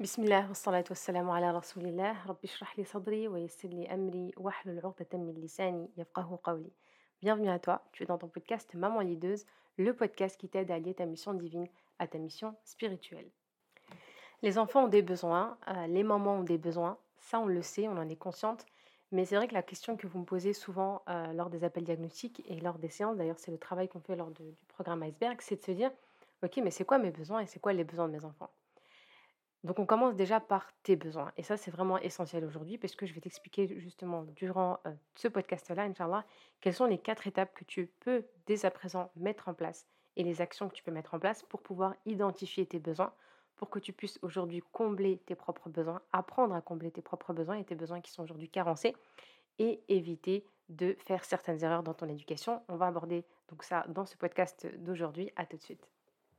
بسم الله والصلاة والسلام على رسول الله رب اشرح لي صدري ويسر لي أمري واحلل عقدة من لساني يفقه قولي. Bienvenue à toi, tu es dans ton podcast Maman Leaduse, le podcast qui t'aide à allier ta mission divine à ta mission spirituelle. Les enfants ont des besoins, les mamans ont des besoins, ça on le sait, on en est consciente, mais c'est vrai que la question que vous me posez souvent lors des appels diagnostiques et lors des séances, d'ailleurs c'est le travail qu'on fait du programme Iceberg, c'est de se dire, ok mais c'est quoi mes besoins et c'est quoi les besoins de mes enfants. Donc on commence déjà par tes besoins et ça, c'est vraiment essentiel aujourd'hui parce que je vais t'expliquer justement durant, ce podcast-là, inch'Allah, quelles sont les 4 étapes que tu peux dès à présent mettre en place et les actions que tu peux mettre en place pour pouvoir identifier tes besoins, pour que tu puisses aujourd'hui combler tes propres besoins, apprendre à combler tes propres besoins et tes besoins qui sont aujourd'hui carencés et éviter de faire certaines erreurs dans ton éducation. On va aborder donc ça dans ce podcast d'aujourd'hui. À tout de suite.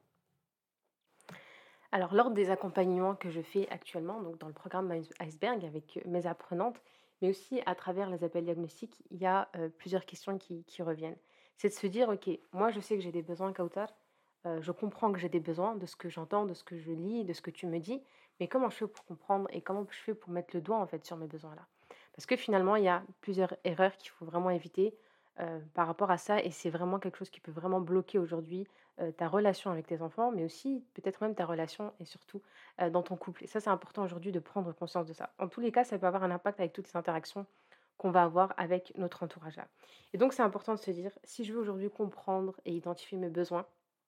Alors, lors des accompagnements que je fais actuellement, donc dans le programme Iceberg avec mes apprenantes, mais aussi à travers les appels diagnostiques, il y a plusieurs questions qui reviennent. C'est de se dire, OK, moi je sais que j'ai des besoins, Kautar, je comprends que j'ai des besoins de ce que j'entends, de ce que je lis, de ce que tu me dis, mais comment je fais pour comprendre et comment je fais pour mettre le doigt en fait sur mes besoins-là. Parce que finalement, il y a plusieurs erreurs qu'il faut vraiment éviter par rapport à ça, et c'est vraiment quelque chose qui peut vraiment bloquer aujourd'hui ta relation avec tes enfants, mais aussi peut-être même ta relation et surtout dans ton couple. Et ça, c'est important aujourd'hui de prendre conscience de ça. En tous les cas, ça peut avoir un impact avec toutes les interactions qu'on va avoir avec notre entourage là. Et donc, c'est important de se dire, si je veux aujourd'hui comprendre et identifier mes besoins,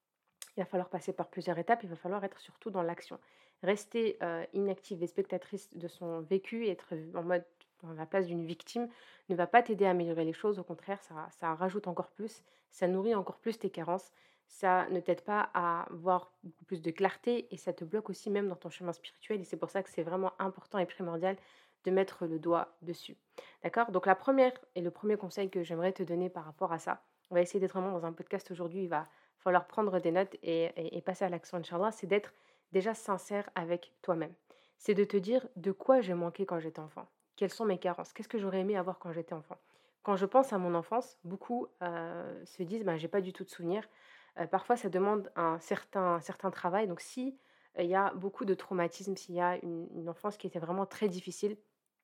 il va falloir passer par plusieurs étapes, il va falloir être surtout dans l'action. Rester inactive et spectatrice de son vécu, être en mode dans la place d'une victime, ne va pas t'aider à améliorer les choses. Au contraire, ça rajoute encore plus, ça nourrit encore plus tes carences, ça ne t'aide pas à avoir beaucoup plus de clarté et ça te bloque aussi même dans ton chemin spirituel. Et c'est pour ça que c'est vraiment important et primordial de mettre le doigt dessus. D'accord. Donc la première et le premier conseil que j'aimerais te donner par rapport à ça, on va essayer d'être vraiment dans un podcast aujourd'hui, il va falloir prendre des notes et passer à l'action, Inch'Allah, c'est d'être déjà sincère avec toi-même. C'est de te dire de quoi j'ai manqué quand j'étais enfant. Quelles sont mes carences? Qu'est-ce que j'aurais aimé avoir quand j'étais enfant? Quand je pense à mon enfance, beaucoup se disent bah, j'ai pas du tout de souvenirs. Parfois, ça demande un certain travail. Donc, si il y a beaucoup de traumatisme, s'il y a une enfance qui était vraiment très difficile,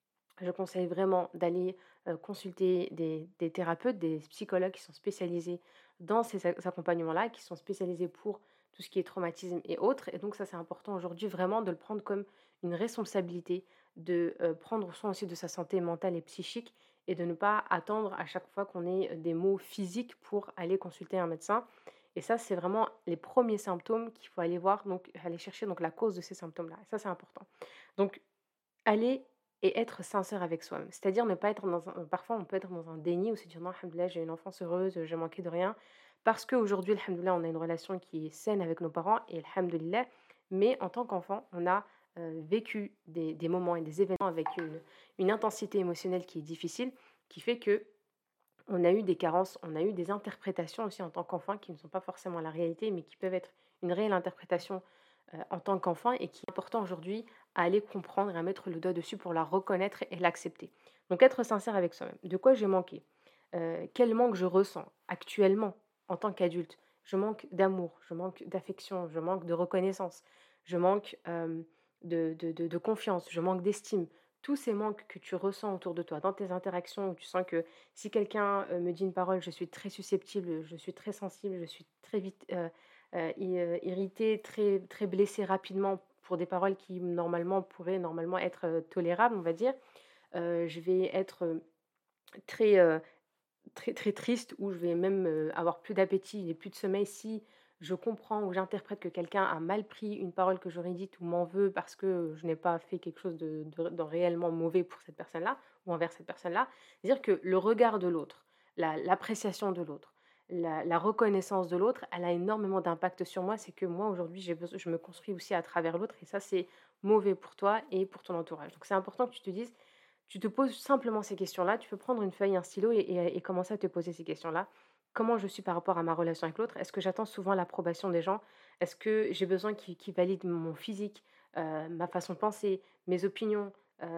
je conseille vraiment d'aller, consulter des thérapeutes, des psychologues qui sont spécialisés dans ces accompagnements-là, qui sont spécialisés pour tout ce qui est traumatisme et autres. Et donc ça, c'est important aujourd'hui vraiment de le prendre comme une responsabilité, de, prendre soin aussi de sa santé mentale et psychique et de ne pas attendre à chaque fois qu'on ait, des maux physiques pour aller consulter un médecin. Et ça, c'est vraiment les premiers symptômes qu'il faut aller voir, donc aller chercher donc la cause de ces symptômes-là. Et ça, c'est important. Donc aller et être sincère avec soi-même. C'est-à-dire ne pas être dans un parfois on peut être dans un déni ou se dire: «Non, alhamdoulilah, j'ai une enfance heureuse, j'ai manqué de rien». Parce qu'aujourd'hui, alhamdoulilah, on a une relation qui est saine avec nos parents et alhamdoulilah, mais en tant qu'enfant, on a, vécu des moments et des événements avec une intensité émotionnelle qui est difficile, qui fait que on a eu des carences, on a eu des interprétations aussi en tant qu'enfant qui ne sont pas forcément la réalité, mais qui peuvent être une réelle interprétation, en tant qu'enfant et qui est important aujourd'hui à aller comprendre et à mettre le doigt dessus pour la reconnaître et l'accepter. Donc être sincère avec soi-même. De quoi j'ai manqué? Quel manque je ressens actuellement en tant qu'adulte? Je manque d'amour, je manque d'affection, je manque de reconnaissance, je manque, de confiance, je manque d'estime. Tous ces manques que tu ressens autour de toi, dans tes interactions où tu sens que si quelqu'un, me dit une parole, je suis très susceptible, je suis très sensible, je suis très vite, irritée, très très blessée rapidement pour des paroles qui normalement pourraient normalement être, tolérables, on va dire. Je vais être, très, très, très triste où je vais même, avoir plus d'appétit et plus de sommeil si je comprends ou j'interprète que quelqu'un a mal pris une parole que j'aurais dite ou m'en veut parce que je n'ai pas fait quelque chose de réellement mauvais pour cette personne-là ou envers cette personne-là. C'est-à-dire que le regard de l'autre, l'appréciation de l'autre, la reconnaissance de l'autre, elle a énormément d'impact sur moi. C'est que moi aujourd'hui je me construis aussi à travers l'autre et ça c'est mauvais pour toi et pour ton entourage. Donc c'est important que tu te dises tu te poses simplement ces questions-là. Tu peux prendre une feuille, un stylo et commencer à te poser ces questions-là. Comment je suis par rapport à ma relation avec l'autre? Est-ce que j'attends souvent l'approbation des gens? Est-ce que j'ai besoin qu'ils valident mon physique, ma façon de penser, mes opinions,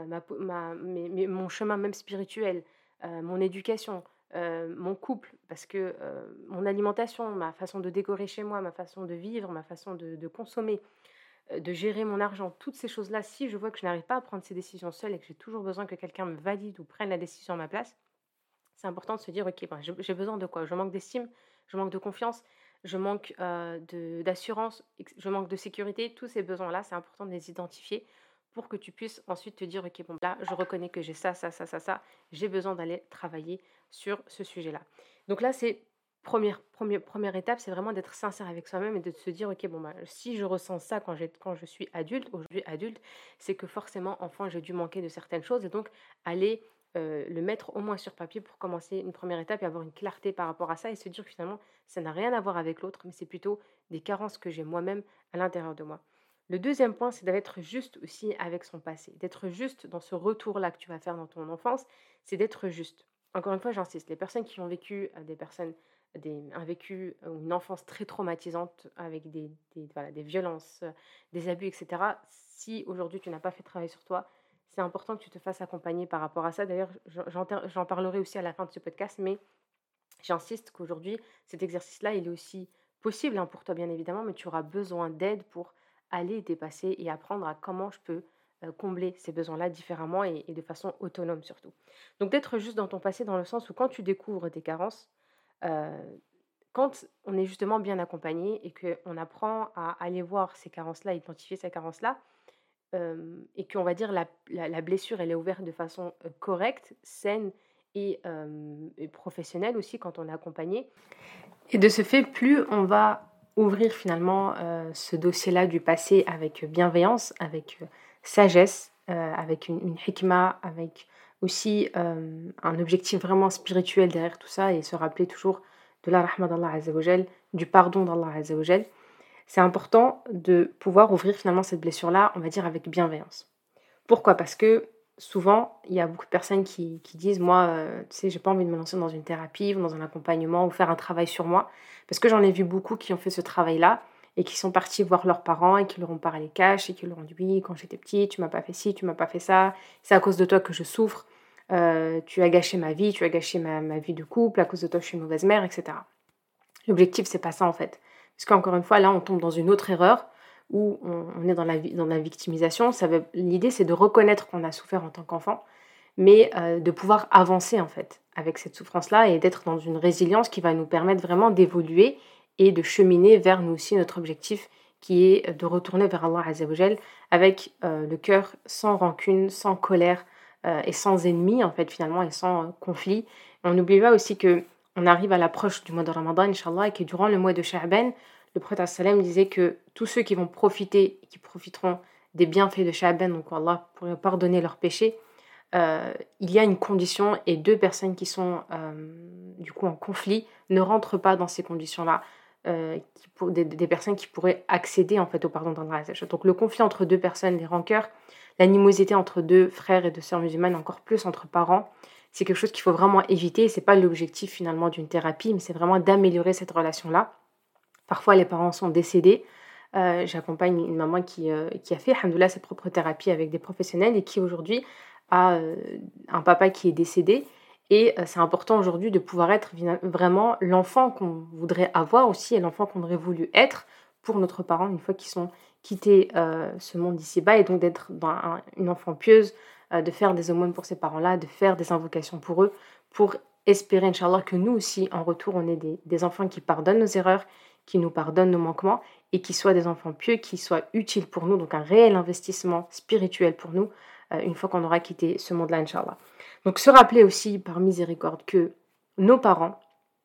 mon chemin même spirituel, mon éducation, mon couple? Parce que mon alimentation, ma façon de décorer chez moi, ma façon de vivre, ma façon de consommer. de gérer mon argent, toutes ces choses-là, si je vois que je n'arrive pas à prendre ces décisions seule et que j'ai toujours besoin que quelqu'un me valide ou prenne la décision à ma place, c'est important de se dire: «OK, ben, j'ai besoin de quoi? Je manque d'estime, je manque de confiance, je manque, d'assurance, ex je manque de sécurité». Tous ces besoins-là, c'est important de les identifier pour que tu puisses ensuite te dire: «OK, bon, là, je reconnais que j'ai ça, ça, ça, ça, ça. J'ai besoin d'aller travailler sur ce sujet-là». Donc là, c'est première étape, c'est vraiment d'être sincère avec soi-même et de se dire: «OK, bon, bah, si je ressens ça quand je suis adulte, aujourd'hui adulte, c'est que forcément, enfant, j'ai dû manquer de certaines choses» et donc aller le mettre au moins sur papier pour commencer une première étape et avoir une clarté par rapport à ça et se dire que finalement, ça n'a rien à voir avec l'autre, mais c'est plutôt des carences que j'ai moi-même à l'intérieur de moi. Le deuxième point, c'est d'être juste aussi avec son passé, d'être juste dans ce retour-là que tu vas faire dans ton enfance, c'est d'être juste. Encore une fois, j'insiste, les personnes qui ont vécu, un vécu ou une enfance très traumatisante avec voilà, des violences, des abus, etc. Si aujourd'hui tu n'as pas fait travail sur toi, c'est important que tu te fasses accompagner par rapport à ça. D'ailleurs, j'en parlerai aussi à la fin de ce podcast, mais j'insiste qu'aujourd'hui, cet exercice-là, il est aussi possible hein, pour toi, bien évidemment, mais tu auras besoin d'aide pour aller dépasser et apprendre à comment je peux combler ces besoins-là différemment et de façon autonome surtout. Donc d'être juste dans ton passé, dans le sens où quand tu découvres tes carences, euh, quand on est justement bien accompagné et qu'on apprend à aller voir ces carences-là, identifier ces carences-là, et qu'on va dire la blessure, elle est ouverte de façon, correcte, saine et professionnelle aussi quand on est accompagné. Et de ce fait, plus on va ouvrir finalement, ce dossier-là du passé avec bienveillance, avec, sagesse, avec une hikma, avec aussi, un objectif vraiment spirituel derrière tout ça et se rappeler toujours de la rahma d'Allah Azza wa Jal, du pardon d'Allah Azza wa Jal. C'est important de pouvoir ouvrir finalement cette blessure-là, on va dire avec bienveillance. Pourquoi? Parce que souvent, il y a beaucoup de personnes qui disent: «Moi, tu sais, j'ai pas envie de me lancer dans une thérapie ou dans un accompagnement ou faire un travail sur moi». Parce que j'en ai vu beaucoup qui ont fait ce travail-là et qui sont partis voir leurs parents et qui leur ont parlé cash et qui leur ont dit: «Oui, quand j'étais petite, tu m'as pas fait ci, tu m'as pas fait ça. C'est à cause de toi que je souffre. Tu as gâché ma vie, tu as gâché ma vie de couple. À cause de toi, je suis une mauvaise mère» et cetera. L'objectif, c'est pas ça, en fait. Parce qu'encore une fois, là, on tombe dans une autre erreur où on est dans la victimisation. L'idée, c'est de reconnaître qu'on a souffert en tant qu'enfant, mais de pouvoir avancer, en fait, avec cette souffrance-là et d'être dans une résilience qui va nous permettre vraiment d'évoluer et de cheminer vers nous aussi notre objectif qui est de retourner vers Allah Azza wa Jal avec le cœur sans rancune, sans colère et sans ennemi, en fait, finalement, et sans conflit. On n'oublie pas aussi que on arrive à l'approche du mois de Ramadan, Inch'Allah, et que durant le mois de Sha'ban, le prophète sallam disait que tous ceux qui vont profiter et qui profiteront des bienfaits de Sha'ban, donc Allah pourrait pardonner leurs péchés, il y a une condition et deux personnes qui sont du coup en conflit ne rentrent pas dans ces conditions-là. Des personnes qui pourraient accéder en fait au pardon d'Allah Azza wa Jalla. Donc le conflit entre deux personnes, les rancœurs, l'animosité entre deux frères et deux sœurs musulmanes, encore plus entre parents, c'est quelque chose qu'il faut vraiment éviter. C'est pas l'objectif finalement d'une thérapie, mais c'est vraiment d'améliorer cette relation-là. Parfois, les parents sont décédés. J'accompagne une maman qui a fait, alhamdoulilah, sa propre thérapie avec des professionnels et qui aujourd'hui a un papa qui est décédé. Et c'est important aujourd'hui de pouvoir être vraiment l'enfant qu'on voudrait avoir aussi et l'enfant qu'on aurait voulu être pour notre parent une fois qu'ils sont quittés ce monde d'ici-bas. Et donc d'être une enfant pieuse, de faire des aumônes pour ces parents-là, de faire des invocations pour eux, pour espérer, Inch'Allah, que nous aussi, en retour, on ait des enfants qui pardonnent nos erreurs, qui nous pardonnent nos manquements et qui soient des enfants pieux, qui soient utiles pour nous, donc un réel investissement spirituel pour nous, une fois qu'on aura quitté ce monde-là, Inch'Allah. Donc se rappeler aussi, par miséricorde, que nos parents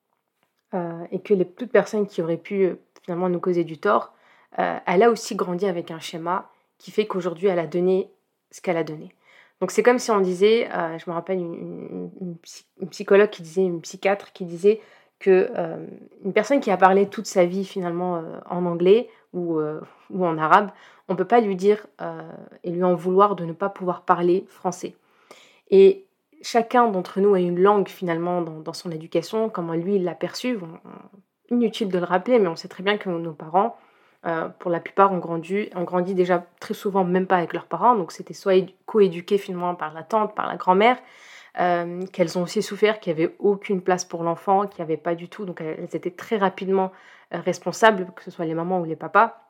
et que toute personne qui aurait pu finalement nous causer du tort, elle a aussi grandi avec un schéma qui fait qu'aujourd'hui, elle a donné ce qu'elle a donné. Donc c'est comme si on disait, je me rappelle une psychologue qui disait, une psychiatre qui disait que une personne qui a parlé toute sa vie finalement en anglais ou en arabe, on ne peut pas lui dire et lui en vouloir de ne pas pouvoir parler français. Et chacun d'entre nous a une langue finalement dans son éducation, comment lui il l'a perçue. Inutile de le rappeler, mais on sait très bien que nos parents, pour la plupart, ont grandi déjà très souvent même pas avec leurs parents, donc c'était soit coéduqués finalement par la tante, par la grand-mère, qu'elles ont aussi souffert, qu'il n'y avait aucune place pour l'enfant, qu'il n'y avait pas du tout, donc elles étaient très rapidement responsables, que ce soit les mamans ou les papas.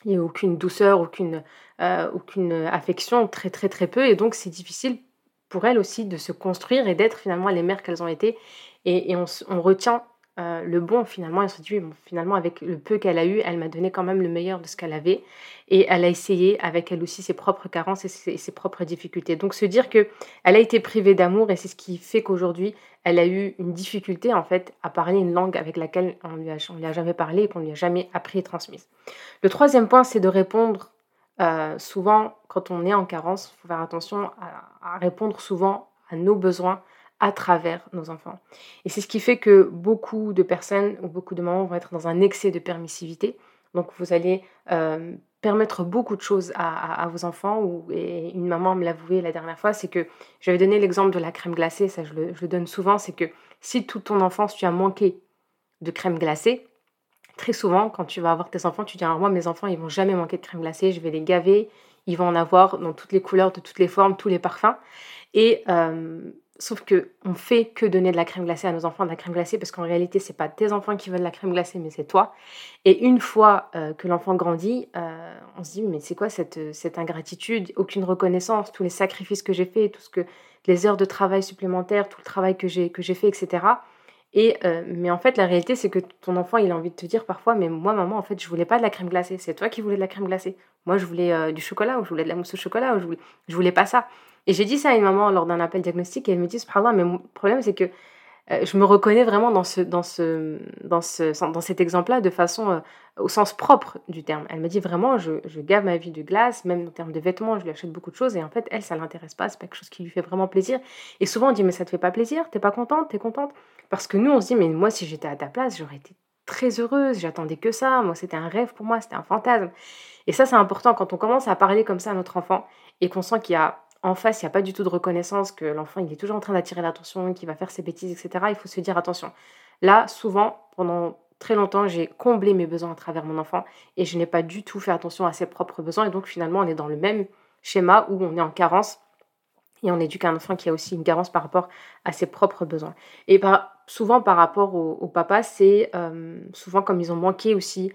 Il y a aucune douceur, aucune affection, très, très, très peu et donc c'est difficile pour elles aussi de se construire et d'être finalement les mères qu'elles ont été et on retient, le bon finalement et on se dit: «Oui, bon, finalement avec le peu qu'elle a eu, elle m'a donné quand même le meilleur de ce qu'elle avait et elle a essayé avec elle aussi ses propres carences et ses propres difficultés». Donc se dire que elle a été privée d'amour et c'est ce qui fait qu'aujourd'hui, elle a eu une difficulté en fait à parler une langue avec laquelle on lui a jamais parlé et qu'on lui a jamais appris et transmise. Le troisième point, c'est de répondre, souvent quand on est en carence, il faut faire attention à répondre souvent à nos besoins à travers nos enfants et c'est ce qui fait que beaucoup de personnes ou beaucoup de mamans vont être dans un excès de permissivité. Donc vous allez, permettre beaucoup de choses à vos enfants ou et une maman me l'avouait la dernière fois, c'est que j'avais donné l'exemple de la crème glacée, ça je le donne souvent, c'est que si toute ton enfance tu as manqué de crème glacée, très souvent, quand tu vas avoir tes enfants, tu dis: «Alors moi, mes enfants, ils vont jamais manquer de crème glacée, je vais les gaver, ils vont en avoir dans toutes les couleurs, de toutes les formes, tous les parfums» et sauf qu'on fait que donner de la crème glacée à nos enfants, de la crème glacée, parce qu'en réalité, c'est pas tes enfants qui veulent la crème glacée, mais c'est toi et une fois, que l'enfant grandit, on se dit: «Mais c'est quoi cette ingratitude? Aucune reconnaissance, tous les sacrifices que j'ai faits, tout ce que les heures de travail supplémentaires, tout le travail que j'ai fait et cetera» et mais en fait, la réalité, c'est que ton enfant, il a envie de te dire parfois: «Mais moi, maman, en fait, je voulais pas de la crème glacée, c'est toi qui voulais de la crème glacée. Moi, je voulais, du chocolat ou je voulais de la mousse au chocolat ou je voulais pas ça» et j'ai dit ça à une maman lors d'un appel diagnostic et elle me dit: «Subhanallah, mais mon problème, c'est que je me reconnais vraiment dans cet exemple-là de façon, au sens propre du terme. Elle me dit: «Vraiment, je gave ma vie de glace, même en termes de vêtements, je lui achète beaucoup de choses et en fait, elle, ça l'intéresse pas, c'est pas quelque chose qui lui fait vraiment plaisir» et souvent on dit: «Mais ça te fait pas plaisir? Tu es pas contente? Tu es contente?» parce que nous, on se dit: «Mais moi, si j'étais à ta place, j'aurais été très heureuse, j'attendais que ça, moi, c'était un rêve pour moi, c'était un fantasme» et ça, c'est important quand on commence à parler comme ça à notre enfant et qu'on sent qu'il y a en face, il y a pas du tout de reconnaissance, que l'enfant, il est toujours en train d'attirer l'attention, qu'il va faire ses bêtises et cetera. Il faut se dire: «Attention, là, souvent, pendant très longtemps, j'ai comblé mes besoins à travers mon enfant et je n'ai pas du tout fait attention à ses propres besoins» et donc finalement, on est dans le même schéma où on est en carence et on éduque un enfant qui a aussi une carence par rapport à ses propres besoins. Et souvent par rapport au papa, c'est, souvent comme ils ont manqué aussi,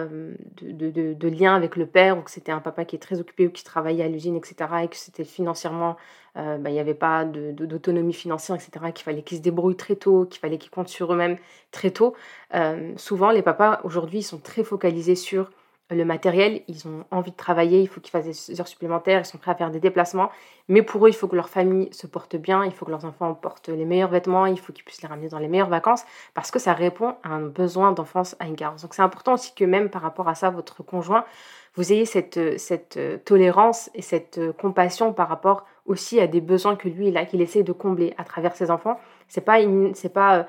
de lien avec le père ou que c'était un papa qui est très occupé ou qui travaillait à l'usine et cetera et que c'était financièrement, il y avait pas d'autonomie financière et cetera, qu'il fallait qu'ils se débrouillent très tôt, qu'il fallait qu'ils comptent sur eux-mêmes très tôt. Souvent les papas aujourd'hui, ils sont très focalisés sur le matériel, ils ont envie de travailler, il faut qu'ils fassent des heures supplémentaires, ils sont prêts à faire des déplacements mais pour eux, il faut que leur famille se porte bien, il faut que leurs enfants portent les meilleurs vêtements, il faut qu'ils puissent les ramener dans les meilleures vacances, parce que ça répond à un besoin d'enfance, à une carence. Donc c'est important aussi que même par rapport à ça, votre conjoint, vous ayez cette tolérance et cette compassion par rapport aussi à des besoins que lui, il a, qu'il essaie de combler à travers ses enfants. C'est pas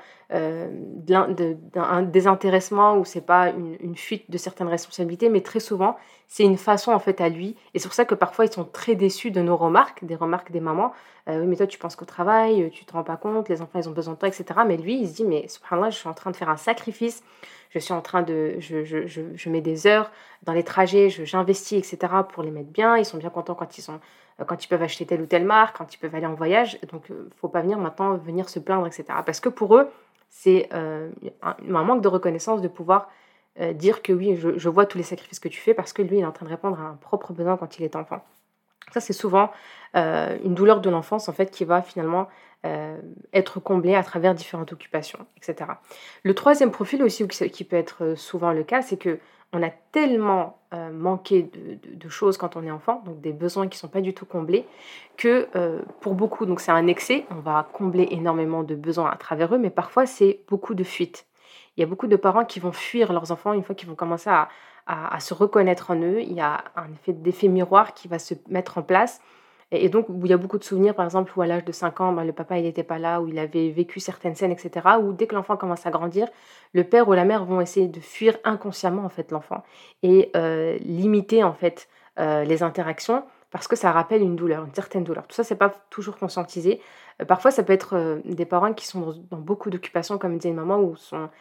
un désintéressement ou c'est pas une fuite de certaines responsabilités, mais très souvent, c'est une façon en fait à lui et c'est pour ça que parfois ils sont très déçus de nos remarques, des remarques des mamans. «Oui mais toi tu penses qu'au travail, tu te rends pas compte, les enfants ils ont besoin de toi» et cetera. Mais lui il se dit: «Mais subhanallah, je suis en train de faire un sacrifice, je suis en train de je mets des heures dans les trajets, j'investis et cetera pour les mettre bien. Ils sont bien contents quand ils peuvent acheter telle ou telle marque, quand ils peuvent aller en voyage. Donc faut pas venir se plaindre et cetera». Parce que pour eux, c'est, un manque de reconnaissance de pouvoir dire que oui, je vois tous les sacrifices que tu fais parce que lui, il est en train de répondre à un propre besoin quand il est enfant. Ça, c'est souvent, une douleur de l'enfance, en fait, qui va finalement, être comblée à travers différentes occupations et cetera. Le troisième profil aussi qui peut être, souvent le cas, c'est que on a tellement, manqué de choses quand on est enfant, donc des besoins qui ne sont pas du tout comblés, que, pour beaucoup donc c'est un excès, on va combler énormément de besoins à travers eux, mais parfois c'est beaucoup de fuite. Il y a beaucoup de parents qui vont fuir leurs enfants une fois qu'ils vont commencer à se reconnaître en eux. Il y a un d'effet miroir qui va se mettre en place et donc où il y a beaucoup de souvenirs, par exemple, où à l'âge de 5 ans, bah, le papa il n'était pas là, où il avait vécu certaines scènes et cetera, où dès que l'enfant commence à grandir, le père ou la mère vont essayer de fuir inconsciemment, en fait, l'enfant et limiter, en fait, les interactions parce que ça rappelle une douleur, une certaine douleur. Tout ça, c'est pas toujours conscientisé. Parfois, ça peut être, des parents qui sont dans beaucoup d'occupations, comme disait une maman, où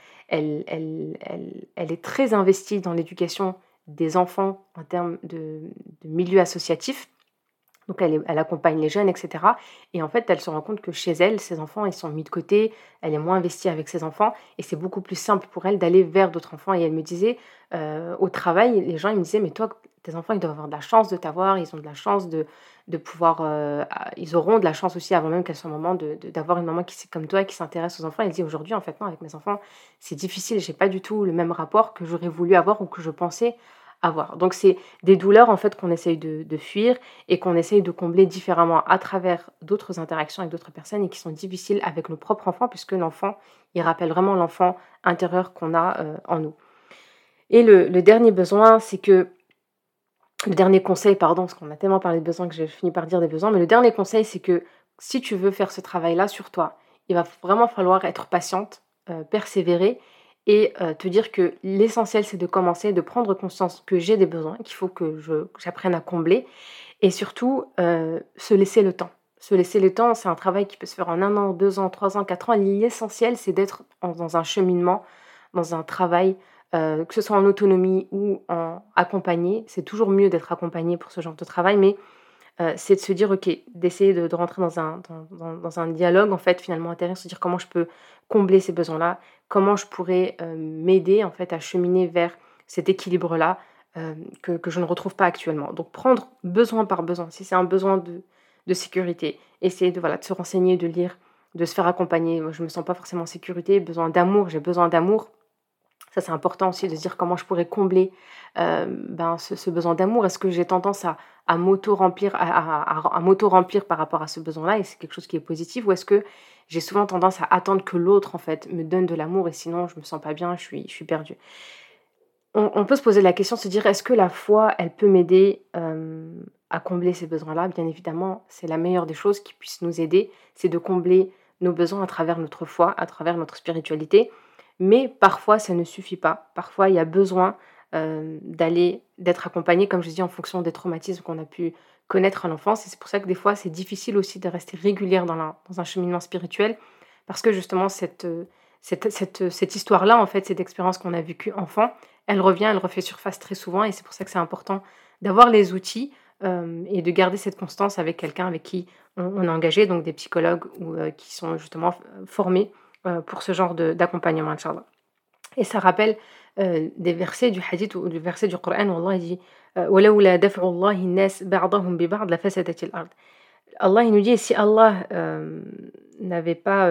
elle est très investie dans l'éducation des enfants en termes de milieu associatif. Donc elle accompagne les jeunes et cetera et en fait, elle se rend compte que chez elle, ses enfants, ils sont mis de côté, elle est moins investie avec ses enfants et c'est beaucoup plus simple pour elle d'aller vers d'autres enfants et elle me disait, au travail, les gens, ils me disaient: «Mais toi, tes enfants, ils doivent avoir de la chance de t'avoir, ils ont de la chance de pouvoir, ils auront de la chance aussi avant même qu'elle soit maman d'avoir une maman qui c'est comme toi, qui s'intéresse aux enfants». Elle dit: «Aujourd'hui, en fait, non, avec mes enfants, c'est difficile, j'ai pas du tout le même rapport que j'aurais voulu avoir ou que je pensais avoir». Donc c'est des douleurs, en fait, qu'on essaye de fuir et qu'on essaye de combler différemment à travers d'autres interactions avec d'autres personnes et qui sont difficiles avec nos propres enfants puisque l'enfant, il rappelle vraiment l'enfant intérieur qu'on a, en nous. Et le dernier besoin, c'est que le dernier conseil, pardon, parce qu'on a tellement parlé de besoins que j'ai fini par dire des besoins, mais le dernier conseil, c'est que si tu veux faire ce travail-là sur toi, il va vraiment falloir être patiente, persévérer et te dire que l'essentiel, c'est de commencer, de prendre conscience que j'ai des besoins, qu'il faut que j'apprenne à combler et surtout, se laisser le temps. Se laisser le temps, c'est un travail qui peut se faire en 1 an, 2 ans, 3 ans, 4 ans. L'essentiel, c'est d'être dans un cheminement, dans un travail, que ce soit en autonomie ou en accompagné. C'est toujours mieux d'être accompagné pour ce genre de travail, mais c'est de se dire: «OK», d'essayer de rentrer dans un dialogue, en fait, finalement intérieur, se dire: «Comment je peux combler ces besoins-là? Comment je pourrais, m'aider, en fait, à cheminer vers cet équilibre-là, que je ne retrouve pas actuellement?» Donc prendre besoin par besoin. Si c'est un besoin de sécurité, essayer de, voilà, de se renseigner, de lire, de se faire accompagner. Moi, je me sens pas forcément en sécurité, besoin d'amour, j'ai besoin d'amour. Ça, c'est important aussi de se dire comment je pourrais combler, ben, ce besoin d'amour. Est-ce que j'ai tendance à m'auto-remplir à m'auto-remplir par rapport à ce besoin-là et c'est quelque chose qui est positif? Ou est-ce que j'ai souvent tendance à attendre que l'autre, en fait, me donne de l'amour et sinon je me sens pas bien, je suis perdue? On peut se poser la question de se dire: «Est-ce que la foi, elle peut m'aider, à combler ces besoins-là?» Bien évidemment, c'est la meilleure des choses qui puisse nous aider, c'est de combler nos besoins à travers notre foi, à travers notre spiritualité. Mais parfois, ça ne suffit pas. Parfois, il y a besoin, d'être accompagné, comme je dis, en fonction des traumatismes qu'on a pu connaître à l'enfance et c'est pour ça que des fois, c'est difficile aussi de rester régulière dans un cheminement spirituel parce que justement cette histoire-là, en fait, cette expérience qu'on a vécue enfant, elle revient, elle refait surface très souvent et c'est pour ça que c'est important d'avoir les outils, et de garder cette constance avec quelqu'un avec qui on est engagé, donc des psychologues ou qui sont justement formés, pour ce genre d'accompagnement, inchallah. Et ça rappelle, des versets du hadith ou du verset du Coran où Allah il dit, «Walawla daf'u Allahi n-nas ba'dahum bi ba'd lafasadatil ard». Allah il nous dit: «Si Allah, n'avait pas,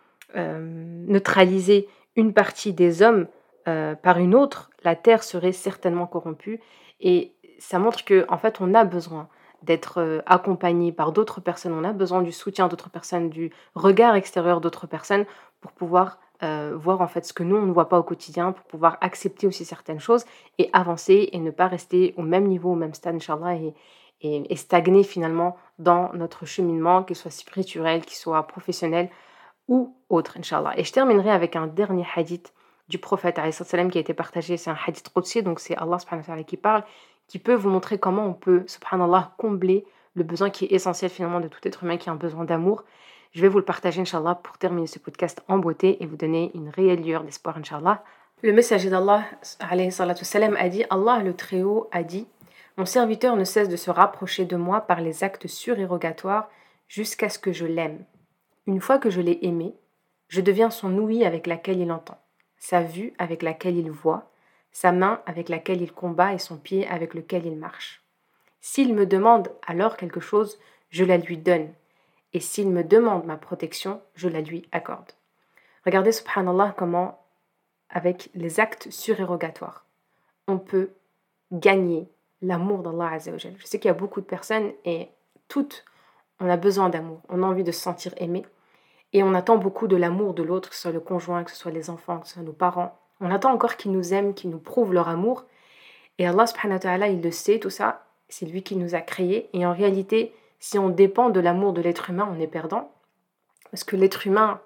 neutralisé une partie des hommes, par une autre, la terre serait certainement corrompue» et ça montre que en fait, on a besoin d'être, accompagné par d'autres personnes. On a besoin du soutien d'autres personnes, du regard extérieur d'autres personnes pour pouvoir, voir en fait ce que nous, on ne voit pas au quotidien, pour pouvoir accepter aussi certaines choses et avancer et ne pas rester au même niveau, au même stade, inchallah et stagner finalement dans notre cheminement, qu'il soit spirituel, qu'il soit professionnel ou autre, Inch'Allah. Et je terminerai avec un dernier hadith du prophète alayhi salam qui a été partagé. C'est un hadith qudsi, donc c'est Allah subhanahu wa ta'ala qui parle, qui peut vous montrer comment on peut, subhanallah, combler le besoin qui est essentiel finalement de tout être humain qui a un besoin d'amour. Je vais vous le partager, Inch'Allah, pour terminer ce podcast en beauté et vous donner une réelle lueur d'espoir, Inch'Allah. Le messager d'Allah, alayhi salatu salam, a dit: Allah le Très-Haut a dit: Mon serviteur ne cesse de se rapprocher de moi par les actes surérogatoires jusqu'à ce que je l'aime. Une fois que je l'ai aimé, je deviens son ouïe avec laquelle il entend, sa vue avec laquelle il voit, sa main avec laquelle il combat et son pied avec lequel il marche. S'il me demande alors quelque chose, je la lui donne, et s'il me demande ma protection, je la lui accorde. Regardez, subhanallah, comment, avec les actes surérogatoires, on peut gagner l'amour d'Allah Azza wa Jal. Je sais qu'il y a beaucoup de personnes, et toutes, on a besoin d'amour, on a envie de se sentir aimé, et on attend beaucoup de l'amour de l'autre, que ce soit le conjoint, que ce soit les enfants, que ce soit nos parents. On attend encore qu'ils nous aiment, qu'ils nous prouvent leur amour. Et Allah subhanahu wa ta'ala, il le sait, tout ça, c'est lui qui nous a créés. Et en réalité, si on dépend de l'amour de l'être humain, on est perdant. Parce que l'être humain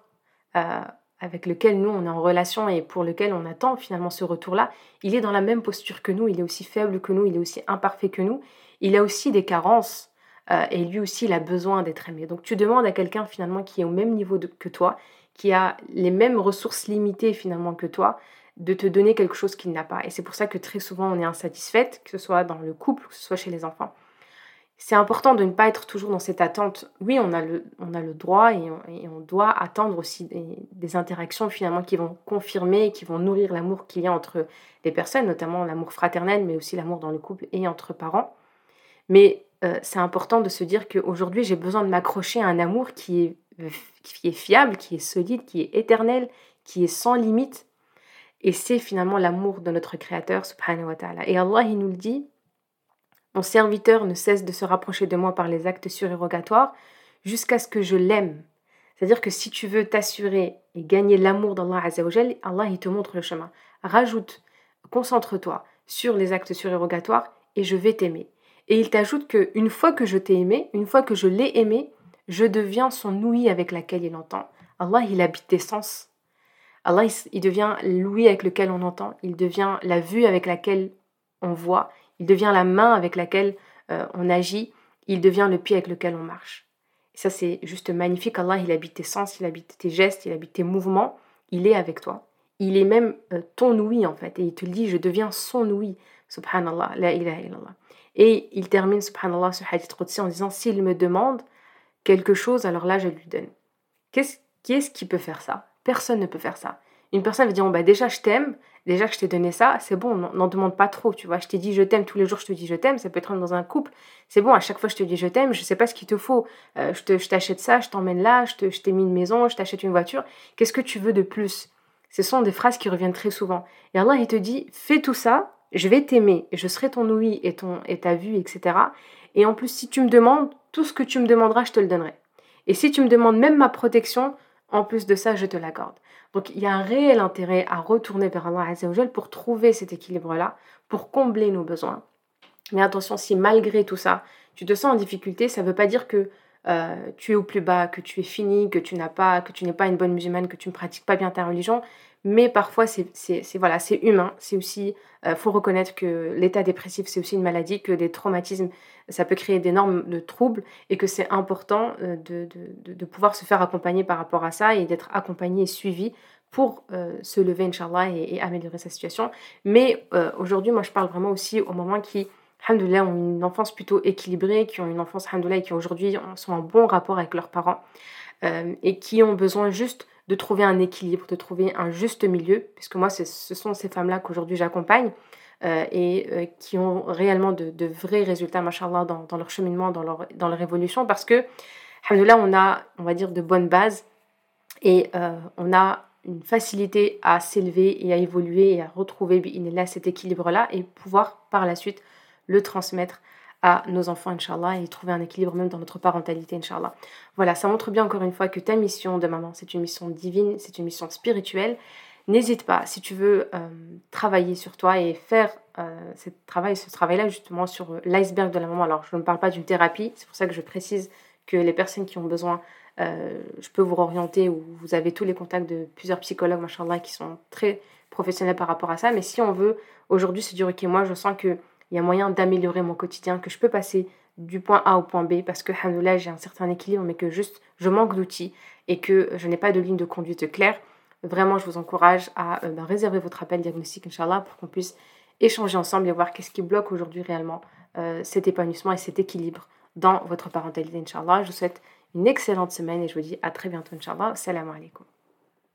avec lequel nous, on est en relation et pour lequel on attend finalement ce retour-là, il est dans la même posture que nous, il est aussi faible que nous, il est aussi imparfait que nous. Il a aussi des carences. Et lui aussi, il a besoin d'être aimé. Donc tu demandes à quelqu'un finalement qui est au même niveau que toi, qui a les mêmes ressources limitées finalement que toi, de te donner quelque chose qu'il n'a pas. Et c'est pour ça que très souvent on est insatisfaite, que ce soit dans le couple, que ce soit chez les enfants. C'est important de ne pas être toujours dans cette attente. Oui, on a le droit et on doit attendre aussi des interactions finalement qui vont confirmer, qui vont nourrir l'amour qu'il y a entre les personnes, notamment l'amour fraternel, mais aussi l'amour dans le couple et entre parents. Mais c'est important de se dire qu'aujourd'hui, j'ai besoin de m'accrocher à un amour qui est fiable, qui est solide, qui est éternel, qui est sans limite. Et c'est finalement l'amour de notre Créateur, subhanahu wa ta'ala. Et Allah, il nous le dit, mon serviteur ne cesse de se rapprocher de moi par les actes surérogatoires jusqu'à ce que je l'aime. C'est-à-dire que si tu veux t'assurer et gagner l'amour d'Allah Azzawajal, Allah il te montre le chemin. Rajoute, concentre-toi sur les actes surérogatoires et je vais t'aimer. Et il t'ajoute qu'une fois que je t'ai aimé, une fois que je l'ai aimé, je deviens son ouïe avec laquelle il entend. Allah il habite tes sens. Allah il devient l'ouïe avec lequel on entend. Il devient la vue avec laquelle on voit. Il devient la main avec laquelle on agit. Il devient le pied avec lequel on marche. Et ça, c'est juste magnifique. Allah, il habite tes sens, il habite tes gestes, il habite tes mouvements. Il est avec toi. Il est même ton ouïe, en fait. Et il te dit, je deviens son ouïe. Subhanallah, la ilaha illallah. Et il termine, subhanallah, ce hadith qudsi en disant, s'il me demande quelque chose, alors là, je lui donne. Qui est-ce qui peut faire ça? Personne ne peut faire ça. Une personne va dire, bon, bah, déjà, je t'aime. Déjà que je t'ai donné ça, c'est bon, n'en demande pas trop, tu vois. Je t'ai dit je t'aime tous les jours, je te dis je t'aime, ça peut être même dans un couple. C'est bon, à chaque fois je te dis je t'aime, je sais pas ce qu'il te faut. Je t'achète ça, je t'emmène là, je t'ai mis une maison, je t'achète une voiture. Qu'est-ce que tu veux de plus? Ce sont des phrases qui reviennent très souvent. Et Allah, il te dit, fais tout ça, je vais t'aimer, je serai ton ouïe et ta vue, etc. Et en plus, si tu me demandes, tout ce que tu me demanderas, je te le donnerai. Et si tu me demandes même ma protection, en plus de ça, je te l'accorde. Donc il y a un réel intérêt à retourner vers Allah Azzawajal pour trouver cet équilibre-là, pour combler nos besoins. Mais attention, si malgré tout ça, tu te sens en difficulté, ça ne veut pas dire que tu es au plus bas, que tu es fini, que tu n'es pas une bonne musulmane, que tu ne pratiques pas bien ta religion. Mais parfois, voilà, c'est humain. C'est aussi, faut reconnaître que l'état dépressif, c'est aussi une maladie, que des traumatismes, ça peut créer d'énormes de troubles et que c'est important de pouvoir se faire accompagner par rapport à ça et d'être accompagné et suivi pour se lever, Inch'Allah, et améliorer sa situation. Mais aujourd'hui, moi, je parle vraiment aussi aux mamans qui, alhamdoulilah, ont une enfance plutôt équilibrée, qui ont une enfance, alhamdoulilah, et qui aujourd'hui sont en bon rapport avec leurs parents et qui ont besoin juste de trouver un équilibre, de trouver un juste milieu, puisque moi, ce sont ces femmes-là qu'aujourd'hui j'accompagne qui ont réellement de vrais résultats, mashallah, dans leur cheminement, dans leur évolution, parce que, alhamdoulilah, on a, on va dire, de bonnes bases et on a une facilité à s'élever et à évoluer et à retrouver bi'inillah, cet équilibre-là et pouvoir par la suite le transmettre à nos enfants, Inch'Allah, et trouver un équilibre même dans notre parentalité, Inch'Allah. Voilà, ça montre bien encore une fois que ta mission de maman, c'est une mission divine, c'est une mission spirituelle. N'hésite pas, si tu veux travailler sur toi et faire ce travail-là justement sur l'iceberg de la maman. Alors, je ne parle pas d'une thérapie, c'est pour ça que je précise que les personnes qui ont besoin, je peux vous orienter ou vous avez tous les contacts de plusieurs psychologues, machallah, qui sont très professionnels par rapport à ça. Mais si on veut aujourd'hui se dire, ok, moi je sens qu'il y a moyen d'améliorer mon quotidien, que je peux passer du point A au point B parce que, alhamdoulilah, j'ai un certain équilibre, mais que juste je manque d'outils et que je n'ai pas de ligne de conduite claire, vraiment, je vous encourage à réserver votre appel diagnostic, Inch'Allah, pour qu'on puisse échanger ensemble et voir qu'est-ce qui bloque aujourd'hui réellement cet épanouissement et cet équilibre dans votre parentalité, Inch'Allah. Je vous souhaite une excellente semaine et je vous dis à très bientôt, Inch'Allah. Salam alaikum.